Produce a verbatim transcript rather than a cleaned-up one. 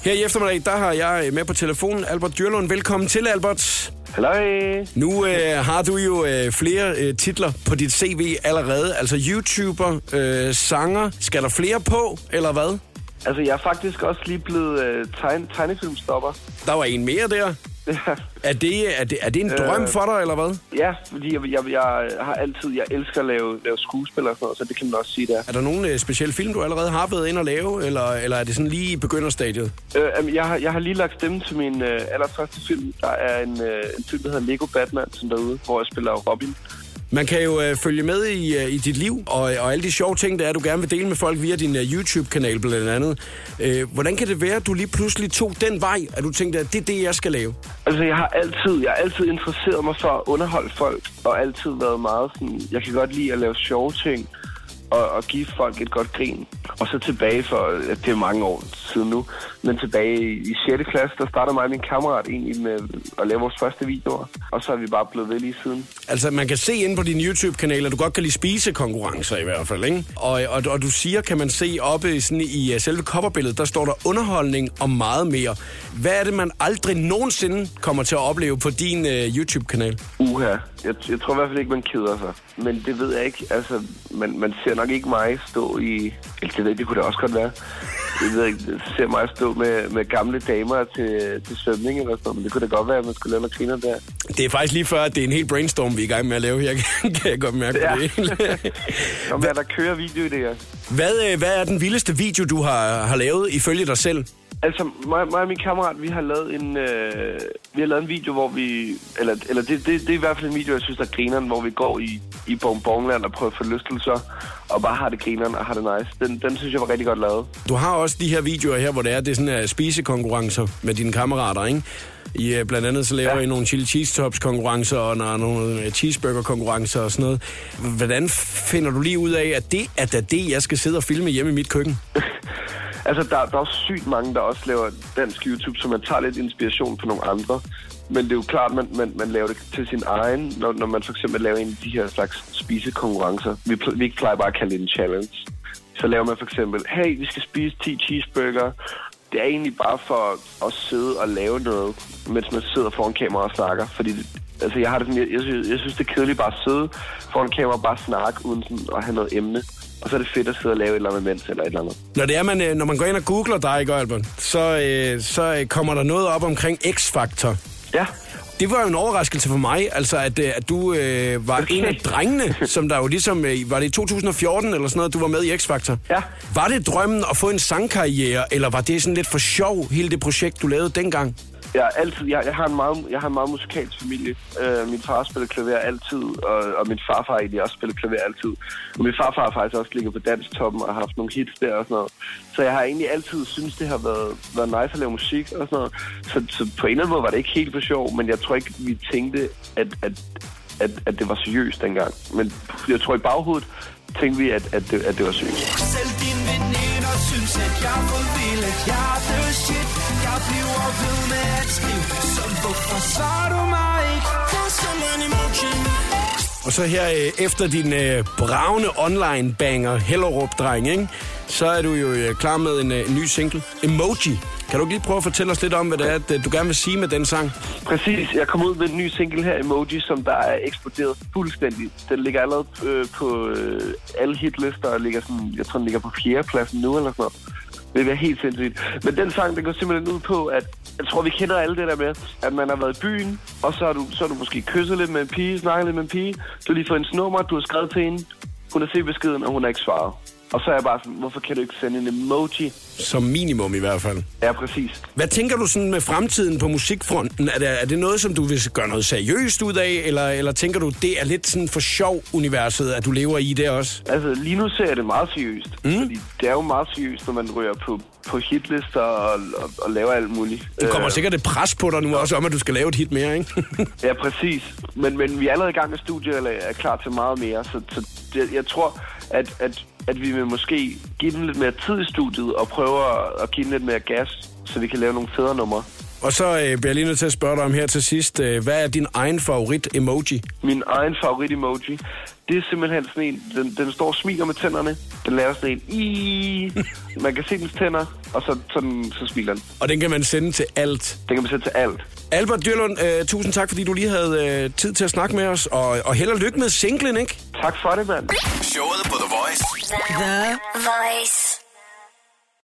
Her i eftermiddag, der har jeg med på telefonen Albert Dyrlund. Velkommen til, Albert. Hej. Nu øh, har du jo øh, flere øh, titler på dit C V allerede. Altså YouTuber, øh, sanger. Skal der flere på, eller hvad? Altså, jeg er faktisk også lige blevet øh, tegne, tegnefilmstopper. Der var en mere der. Ja. Er det, er det, er det en drøm øh, for dig, eller hvad? Ja, fordi jeg, jeg, jeg har altid, jeg elsker at lave, lave skuespil og sådan noget, så det kan man også sige der. Er der nogen øh, specielle film, du allerede har været ind og lave, eller, eller er det sådan lige i begynderstadiet? Øh, jeg, har, jeg har lige lagt stemme til min øh, allerførste film. Der er en, øh, en film, der hedder Lego Batman, som derude, hvor jeg spiller Robin. Man kan jo øh, følge med i, øh, i dit liv, og, og alle de sjove ting, der er, du gerne vil dele med folk via din øh, YouTube-kanal blandt andet. Øh, hvordan kan det være, at du lige pludselig tog den vej, at du tænkte, at det er det, jeg skal lave? Altså, jeg har altid, jeg har altid interesseret mig for at underholde folk, og altid været meget sådan, jeg kan godt lide at lave sjove ting, og, og give folk et godt grin. Og så tilbage for, det er mange år siden nu, men tilbage i sjette klasse, der startede mig og min kammerat egentlig med at lave vores første videoer. Og så er vi bare blevet ved lige siden. Altså, man kan se inde på din YouTube-kanal, at du godt kan lide spisekonkurrencer i hvert fald, ikke? Og, og, og du siger, kan man se oppe sådan i selve coverbilledet, der står der underholdning og meget mere. Hvad er det, man aldrig nogensinde kommer til at opleve på din uh, YouTube-kanal? Uha, jeg, jeg tror i hvert fald ikke, man keder sig. Men det ved jeg ikke. Altså, man, man ser nok ikke mig stå i... Det, ved, det kunne det også godt være. Jeg ved ikke, jeg ser mig stå med, med gamle damer til, til svømning eller sådan, men det kunne da godt være, at man skulle lave noget griner der. Det er faktisk lige før, at det er en helt brainstorm, vi er i gang med at lave her, kan jeg godt mærke ja. på det. Nå, men der kører videoidéer. Hvad, hvad er den vildeste video, du har, har lavet ifølge dig selv? Altså, mig, mig og min kammerat, vi har lavet en, øh, vi har lavet en video, hvor vi... Eller, eller det, det, det er i hvert fald en video, jeg synes, der er grineren, hvor vi går i, i bonbonland og prøver forlystelser, og bare har det grineren og har det nice. Den, den synes jeg var rigtig godt lavet. Du har også de her videoer her, hvor det er, det er sådan uh, spisekonkurrencer med dine kammerater, ikke? I, uh, blandt andet så laver ja. I nogle chili cheese tops konkurrencer og nogle uh, cheeseburger konkurrencer og sådan noget. Hvordan finder du lige ud af, at det er da det, jeg skal sidde og filme hjemme i mit køkken? Altså, der, der er også sygt mange, der også laver dansk YouTube, så man tager lidt inspiration på nogle andre. Men det er jo klart, at man, man, man laver det til sin egen, når, når man for eksempel laver en af de her slags spisekonkurrencer. Vi, vi ikke plejer bare at kalde det en challenge. Så laver man for eksempel, hey, vi skal spise ti cheeseburger. Det er egentlig bare for at sidde og lave noget, mens man sidder foran kamera og snakker. Fordi det, altså, jeg har det sådan, jeg, jeg, synes, jeg synes, det er kedeligt bare at sidde foran kamera og bare snakke, uden sådan at have noget emne. Og så er det fedt at sidde og lave et eller andet mens eller et eller andet. Når, det er, man, når man går ind og googler dig, ikke, Albert, så, øh, så kommer der noget op omkring X-Factor. Ja. Det var jo en overraskelse for mig, altså at, at du øh, var okay. En af drengene, som der jo ligesom, øh, var det i to tusind og fjorten eller sådan noget, du var med i X-Factor? Ja. Var det drømmen at få en sangkarriere, eller var det sådan lidt for sjov, hele det projekt, du lavede dengang? Jeg, altid, jeg, jeg, har en meget, jeg har en meget musikalsk familie. Øh, min far spiller klaver altid, og, og min farfar egentlig også spiller klaver altid. Og min farfar har faktisk også ligget på Dansktoppen og har haft nogle hits der og sådan noget. Så jeg har egentlig altid synes det har været, været nice at lave musik og sådan noget. Så, så på en eller anden måde var det ikke helt for sjov, men jeg tror ikke, vi tænkte, at, at, at, at det var seriøst dengang. Men jeg tror i baghovedet tænkte vi, at, at, det, at det var seriøst. Selv din veninder synes, at jeg er for vild, at jeg er the shit. Jeg bliver ved med at skrive, så hvorfor svarer du mig ikke? Og så her øh, efter din øh, bravende online-banger, Hellerup-dreng, ikke? Så er du jo øh, klar med en, øh, en ny single, Emoji. Kan du lige prøve at fortælle os lidt om, hvad det er, at du gerne vil sige med den sang? Præcis. Jeg kom ud med en ny single her, Emoji, som der er eksploderet fuldstændig. Den ligger allerede øh, på øh, alle hitlister, og ligger sådan, jeg tror, den ligger på fjerdepladsen nu eller sådan noget. Det er helt sindssygt. Men den sang, den går simpelthen ud på, at jeg tror, vi kender alle det der med, at man har været i byen, og så har du, så har du måske kysset lidt med en pige, snakket lidt med en pige. Du har lige fået en nummer, du har skrevet til hende. Hun har set beskeden, og hun har ikke svaret. Og så er jeg bare sådan, hvorfor kan du ikke sende en emoji? Som minimum i hvert fald. Ja, præcis. Hvad tænker du sådan med fremtiden på musikfronten? Er det, er det noget, som du vil gøre noget seriøst ud af? Eller, eller tænker du, det er lidt sådan for sjov universet, at du lever i det også? Altså, lige nu ser jeg det meget seriøst. Mm. Fordi det er jo meget seriøst, når man rører på, på hitlister og, og, og laver alt muligt. Du kommer uh, sikkert et pres på dig nu også om, at du skal lave et hit mere, ikke? Ja, præcis. Men, men vi er allerede i gang med studiet, eller er klar til meget mere. Så, så jeg, jeg tror, at... at at vi vil måske give dem lidt mere tid i studiet og prøve at give dem lidt mere gas, så vi kan lave nogle federe numre. Og så øh, bliver jeg lige nødt til at spørge dig om her til sidst. Øh, hvad er din egen favorit emoji? Min egen favorit emoji? det er simpelthen sådan en, den, den står og smiler med tænderne. Den laver sådan en i. Man kan se dens tænder, og så, sådan, så smiler den. Og den kan man sende til alt. Den kan man sende til alt. Albert Dyrlund, øh, tusind tak, fordi du lige havde øh, tid til at snakke med os, og, og held og lykke med singlen, ikke? Tak for det, mand. Showet på The Voice. The Voice.